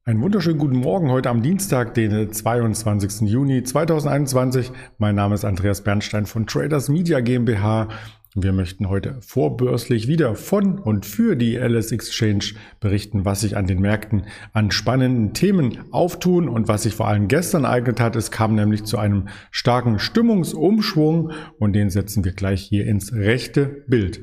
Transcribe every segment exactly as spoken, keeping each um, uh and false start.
Einen wunderschönen guten Morgen heute am Dienstag, den zweiundzwanzigsten Juni zweitausendeinundzwanzig. Mein Name ist Andreas Bernstein von Traders Media GmbH. Wir möchten heute vorbörslich wieder von und für die L S Exchange berichten, was sich an den Märkten an spannenden Themen auftun und was sich vor allem gestern ereignet hat. Es kam nämlich zu einem starken Stimmungsumschwung und den setzen wir gleich hier ins rechte Bild.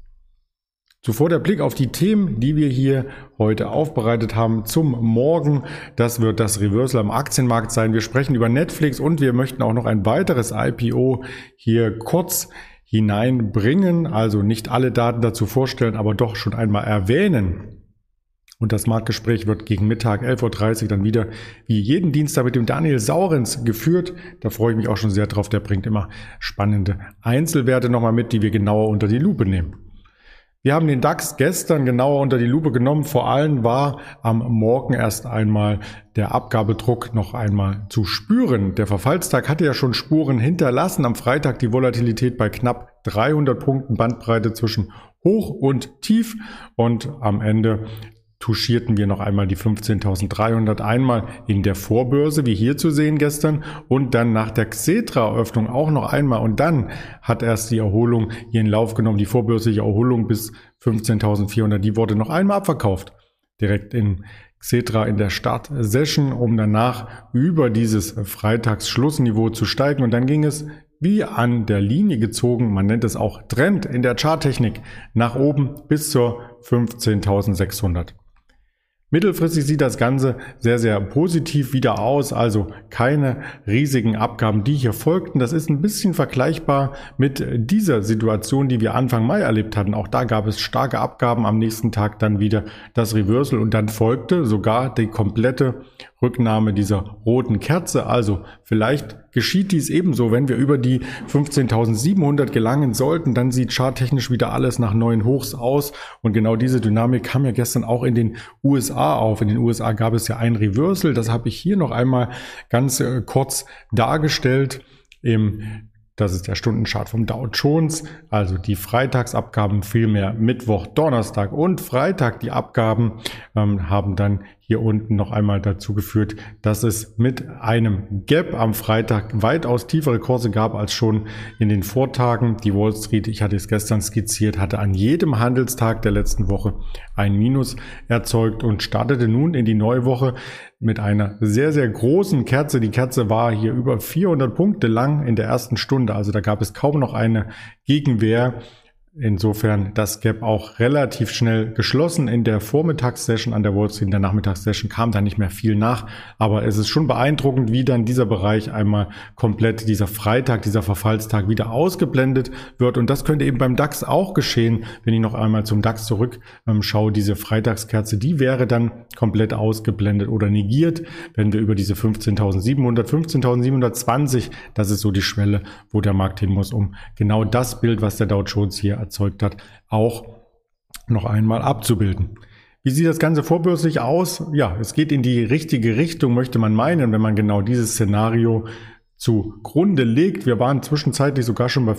Zuvor der Blick auf die Themen, die wir hier heute aufbereitet haben zum Morgen. Das wird das Reversal am Aktienmarkt sein. Wir sprechen über Netflix und wir möchten auch noch ein weiteres I P O hier kurz hineinbringen. Also nicht alle Daten dazu vorstellen, aber doch schon einmal erwähnen. Und das Marktgespräch wird gegen Mittag elf Uhr dreißig dann wieder wie jeden Dienstag mit dem Daniel Saurens geführt. Da freue ich mich auch schon sehr drauf. Der bringt immer spannende Einzelwerte nochmal mit, die wir genauer unter die Lupe nehmen. Wir haben den DAX gestern genauer unter die Lupe genommen. Vor allem war am Morgen erst einmal der Abgabedruck noch einmal zu spüren. Der Verfallstag hatte ja schon Spuren hinterlassen. Am Freitag die Volatilität bei knapp dreihundert Punkten, Bandbreite zwischen Hoch und Tief. Und am Ende touchierten wir noch einmal die fünfzehntausenddreihundert, einmal in der Vorbörse, wie hier zu sehen gestern, und dann nach der Xetra-Eröffnung auch noch einmal. Und dann hat erst die Erholung hier in Lauf genommen, die vorbörsliche Erholung bis fünfzehntausendvierhundert, die wurde noch einmal abverkauft. Direkt in Xetra in der Start-Session, um danach über dieses Freitagsschlussniveau zu steigen. Und dann ging es wie an der Linie gezogen, man nennt es auch Trend in der Charttechnik, nach oben bis zur fünfzehntausendsechshundert. Mittelfristig sieht das Ganze sehr, sehr positiv wieder aus, also keine riesigen Abgaben, die hier folgten. Das ist ein bisschen vergleichbar mit dieser Situation, die wir Anfang Mai erlebt hatten. Auch da gab es starke Abgaben, am nächsten Tag dann wieder das Reversal und dann folgte sogar die komplette Rücknahme dieser roten Kerze. Also vielleicht geschieht dies ebenso, wenn wir über die fünfzehntausendsiebenhundert gelangen sollten, dann sieht charttechnisch wieder alles nach neuen Hochs aus. Und genau diese Dynamik kam ja gestern auch in den U S A auf. In den U S A gab es ja ein Reversal, das habe ich hier noch einmal ganz äh, kurz dargestellt. Im Das ist der Stundenchart vom Dow Jones, also die Freitagsabgaben, vielmehr Mittwoch, Donnerstag und Freitag. Die Abgaben ähm, haben dann hier unten noch einmal dazu geführt, dass es mit einem Gap am Freitag weitaus tiefere Kurse gab als schon in den Vortagen. Die Wall Street, ich hatte es gestern skizziert, hatte an jedem Handelstag der letzten Woche ein Minus erzeugt und startete nun in die neue Woche mit einer sehr, sehr großen Kerze. Die Kerze war hier über vierhundert Punkte lang in der ersten Stunde. Also da gab es kaum noch eine Gegenwehr. Insofern das Gap auch relativ schnell geschlossen in der Vormittagssession an der Wall Street. In der Nachmittagssession kam da nicht mehr viel nach. Aber es ist schon beeindruckend, wie dann dieser Bereich einmal komplett, dieser Freitag, dieser Verfallstag wieder ausgeblendet wird. Und das könnte eben beim DAX auch geschehen, wenn ich noch einmal zum DAX zurück ähm, schaue. Diese Freitagskerze, die wäre dann komplett ausgeblendet oder negiert, wenn wir über diese fünfzehntausendsiebenhundert, fünfzehntausendsiebenhundertzwanzig, das ist so die Schwelle, wo der Markt hin muss, um genau das Bild, was der Dow Jones hier erzeugt hat, auch noch einmal abzubilden. Wie sieht das Ganze vorbörslich aus? Ja, es geht in die richtige Richtung, möchte man meinen, wenn man genau dieses Szenario zugrunde legt. Wir waren zwischenzeitlich sogar schon bei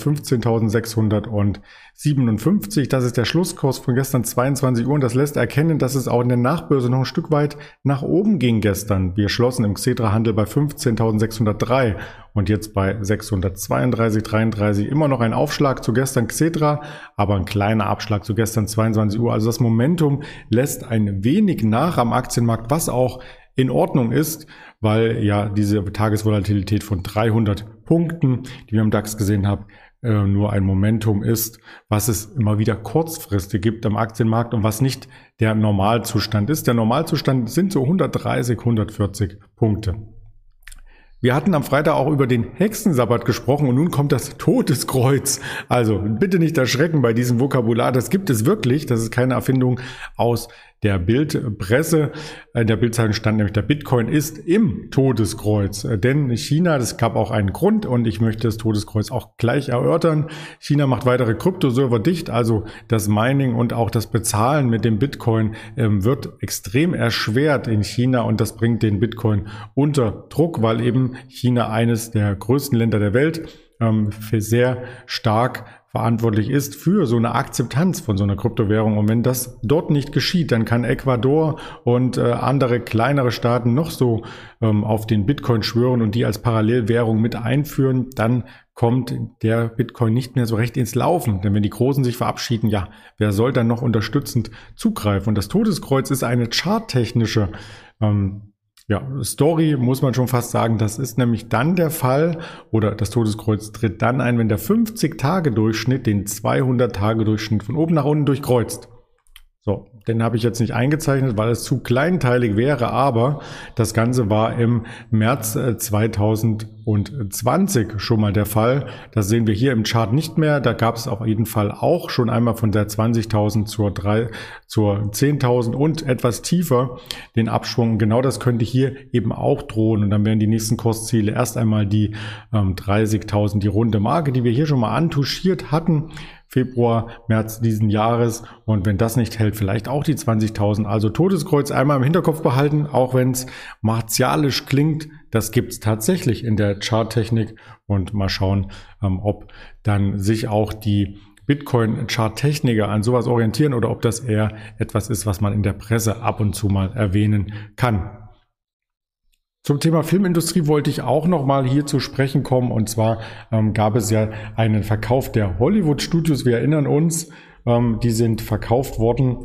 fünfzehntausendsechshundertsiebenundfünfzig. Das ist der Schlusskurs von gestern zweiundzwanzig Uhr und das lässt erkennen, dass es auch in der Nachbörse noch ein Stück weit nach oben ging gestern. Wir schlossen im Xetra-Handel bei fünfzehntausendsechshundertdrei und jetzt bei sechshundertzweiunddreißig, dreiunddreißig. Immer noch ein Aufschlag zu gestern Xetra, aber ein kleiner Abschlag zu gestern zweiundzwanzig Uhr. Also das Momentum lässt ein wenig nach am Aktienmarkt, was auch in Ordnung ist, weil ja diese Tagesvolatilität von dreihundert Punkten, die wir im DAX gesehen haben, äh, nur ein Momentum ist, was es immer wieder kurzfristig gibt am Aktienmarkt und was nicht der Normalzustand ist. Der Normalzustand sind so hundertdreißig, hundertvierzig Punkte. Wir hatten am Freitag auch über den Hexensabbat gesprochen und nun kommt das Todeskreuz. Also bitte nicht erschrecken bei diesem Vokabular. Das gibt es wirklich. Das ist keine Erfindung aus der Bildpresse. In der Bildzeitung stand nämlich, der Bitcoin ist im Todeskreuz. Denn China, das gab auch einen Grund und ich möchte das Todeskreuz auch gleich erörtern. China macht weitere Kryptoserver dicht, also das Mining und auch das Bezahlen mit dem Bitcoin ähm, wird extrem erschwert in China und das bringt den Bitcoin unter Druck, weil eben China eines der größten Länder der Welt ähm, für sehr stark verantwortlich ist für so eine Akzeptanz von so einer Kryptowährung. Und wenn das dort nicht geschieht, dann kann Ecuador und äh, andere kleinere Staaten noch so ähm, auf den Bitcoin schwören und die als Parallelwährung mit einführen, dann kommt der Bitcoin nicht mehr so recht ins Laufen. Denn wenn die Großen sich verabschieden, ja, wer soll dann noch unterstützend zugreifen? Und das Todeskreuz ist eine charttechnische ähm, Ja, Story muss man schon fast sagen, das ist nämlich dann der Fall, oder das Todeskreuz tritt dann ein, wenn der fünfzig-Tage-Durchschnitt den zweihundert-Tage-Durchschnitt von oben nach unten durchkreuzt. So, den habe ich jetzt nicht eingezeichnet, weil es zu kleinteilig wäre, aber das Ganze war im März zweitausendzwanzig schon mal der Fall. Das sehen wir hier im Chart nicht mehr. Da gab es auf jeden Fall auch schon einmal von der zwanzigtausend zur, zur zehntausend und etwas tiefer den Abschwung. Genau das könnte hier eben auch drohen. Und dann wären die nächsten Kursziele erst einmal die ähm, dreißigtausend, die runde Marke, die wir hier schon mal antuschiert hatten. Februar, März diesen Jahres, und wenn das nicht hält, vielleicht auch die zwanzigtausend. Also Todeskreuz einmal im Hinterkopf behalten, auch wenn es martialisch klingt, das gibt's tatsächlich in der Charttechnik, und mal schauen, ähm, ob dann sich auch die Bitcoin-Charttechniker an sowas orientieren oder ob das eher etwas ist, was man in der Presse ab und zu mal erwähnen kann. Zum Thema Filmindustrie wollte ich auch noch mal hier zu sprechen kommen, und zwar ähm, gab es ja einen Verkauf der Hollywood-Studios. Wir erinnern uns, ähm, die sind verkauft worden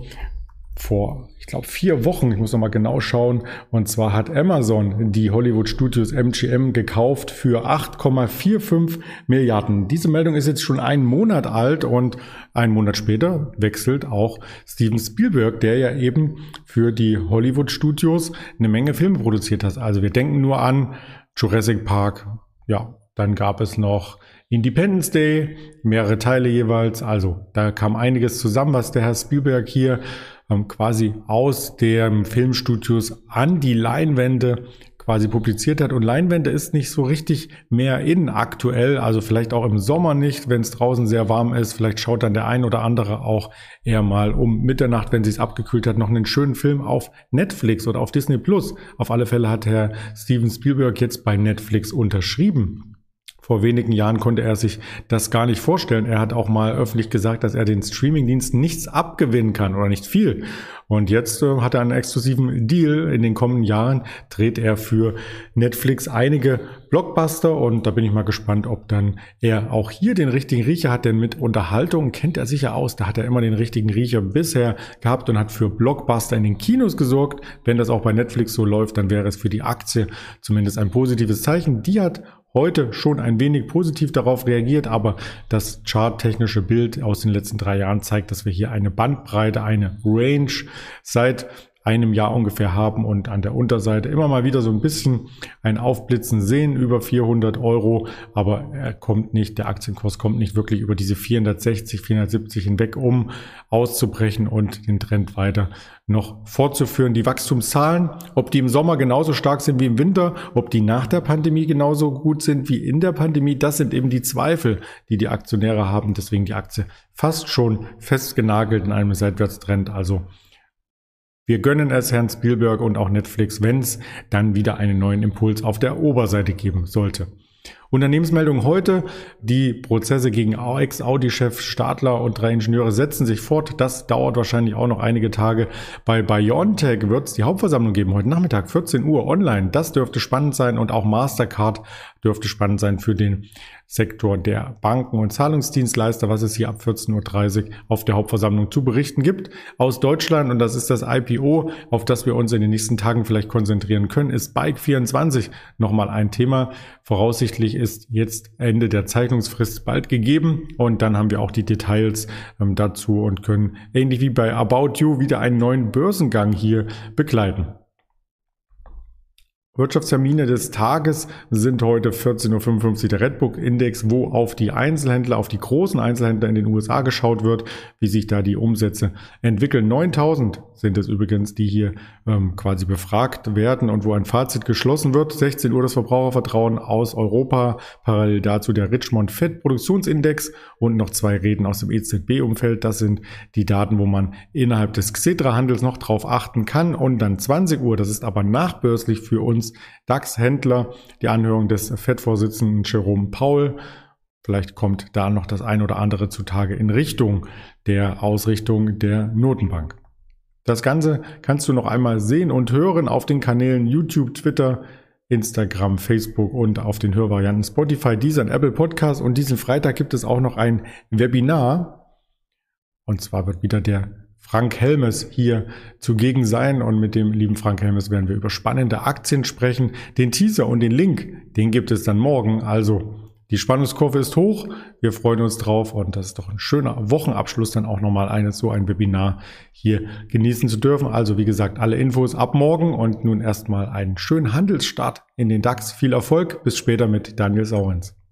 vor, ich glaube, vier Wochen. Ich muss noch mal genau schauen. Und zwar hat Amazon die Hollywood Studios M G M gekauft für acht Komma fünfundvierzig Milliarden. Diese Meldung ist jetzt schon einen Monat alt, und einen Monat später wechselt auch Steven Spielberg, der ja eben für die Hollywood Studios eine Menge Filme produziert hat. Also wir denken nur an Jurassic Park. Ja, dann gab es noch Independence Day, mehrere Teile jeweils. Also da kam einiges zusammen, was der Herr Spielberg hier ähm, quasi aus den Filmstudios an die Leinwände quasi publiziert hat. Und Leinwände ist nicht so richtig mehr in aktuell, also vielleicht auch im Sommer nicht, wenn es draußen sehr warm ist. Vielleicht schaut dann der ein oder andere auch eher mal um Mitternacht, wenn es abgekühlt hat, noch einen schönen Film auf Netflix oder auf Disney Plus. Auf alle Fälle hat Herr Steven Spielberg jetzt bei Netflix unterschrieben. Vor wenigen Jahren konnte er sich das gar nicht vorstellen. Er hat auch mal öffentlich gesagt, dass er den Streamingdiensten nichts abgewinnen kann oder nicht viel. Und jetzt äh, hat er einen exklusiven Deal. In den kommenden Jahren dreht er für Netflix einige Blockbuster, und da bin ich mal gespannt, ob dann er auch hier den richtigen Riecher hat, denn mit Unterhaltung kennt er sicher aus. Da hat er immer den richtigen Riecher bisher gehabt und hat für Blockbuster in den Kinos gesorgt. Wenn das auch bei Netflix so läuft, dann wäre es für die Aktie zumindest ein positives Zeichen. Die hat heute schon ein wenig positiv darauf reagiert, aber das charttechnische Bild aus den letzten drei Jahren zeigt, dass wir hier eine Bandbreite, eine Range seit einem Jahr ungefähr haben und an der Unterseite immer mal wieder so ein bisschen ein Aufblitzen sehen über vierhundert Euro, aber er kommt nicht, der Aktienkurs kommt nicht wirklich über diese vierhundertsechzig, vierhundertsiebzig hinweg, um auszubrechen und den Trend weiter noch fortzuführen. Die Wachstumszahlen, ob die im Sommer genauso stark sind wie im Winter, ob die nach der Pandemie genauso gut sind wie in der Pandemie, das sind eben die Zweifel, die die Aktionäre haben. Deswegen die Aktie fast schon festgenagelt in einem Seitwärtstrend. Also wir gönnen es Herrn Spielberg und auch Netflix, wenn es dann wieder einen neuen Impuls auf der Oberseite geben sollte. Unternehmensmeldung heute: Die Prozesse gegen Ex-Audi-Chef Stadler und drei Ingenieure setzen sich fort. Das dauert wahrscheinlich auch noch einige Tage. Bei BioNTech wird es die Hauptversammlung geben, heute Nachmittag, vierzehn Uhr online. Das dürfte spannend sein, und auch Mastercard dürfte spannend sein für den Sektor der Banken und Zahlungsdienstleister, was es hier ab vierzehn Uhr dreißig auf der Hauptversammlung zu berichten gibt. Aus Deutschland, und das ist das I P O, auf das wir uns in den nächsten Tagen vielleicht konzentrieren können, ist Bike vierundzwanzig nochmal ein Thema. Voraussichtlich ist jetzt Ende der Zeichnungsfrist bald gegeben, und dann haben wir auch die Details ähm, dazu und können ähnlich wie bei About You wieder einen neuen Börsengang hier begleiten. Wirtschaftstermine des Tages sind heute vierzehn Uhr fünfundfünfzig der Redbook-Index, wo auf die Einzelhändler, auf die großen Einzelhändler in den U S A geschaut wird, wie sich da die Umsätze entwickeln. neuntausend sind es übrigens, die hier ähm, quasi befragt werden und wo ein Fazit geschlossen wird. sechzehn Uhr das Verbrauchervertrauen aus Europa, parallel dazu der Richmond Fed Produktionsindex und noch zwei Reden aus dem E Z B-Umfeld. Das sind die Daten, wo man innerhalb des Xetra-Handels noch drauf achten kann. Und dann zwanzig Uhr, das ist aber nachbörslich für uns DAX-Händler, die Anhörung des Fed-Vorsitzenden Jerome Powell. Vielleicht kommt da noch das ein oder andere zutage in Richtung der Ausrichtung der Notenbank. Das Ganze kannst du noch einmal sehen und hören auf den Kanälen YouTube, Twitter, Instagram, Facebook und auf den Hörvarianten Spotify, Deezer und Apple Podcasts. Und diesen Freitag gibt es auch noch ein Webinar. Und zwar wird wieder der Frank Helmes hier zugegen sein. Und mit dem lieben Frank Helmes werden wir über spannende Aktien sprechen. Den Teaser und den Link, den gibt es dann morgen. Also die Spannungskurve ist hoch. Wir freuen uns drauf. Und das ist doch ein schöner Wochenabschluss, dann auch nochmal eine, so ein Webinar hier genießen zu dürfen. Also wie gesagt, alle Infos ab morgen. Und nun erstmal einen schönen Handelsstart in den DAX. Viel Erfolg. Bis später mit Daniel Saurens.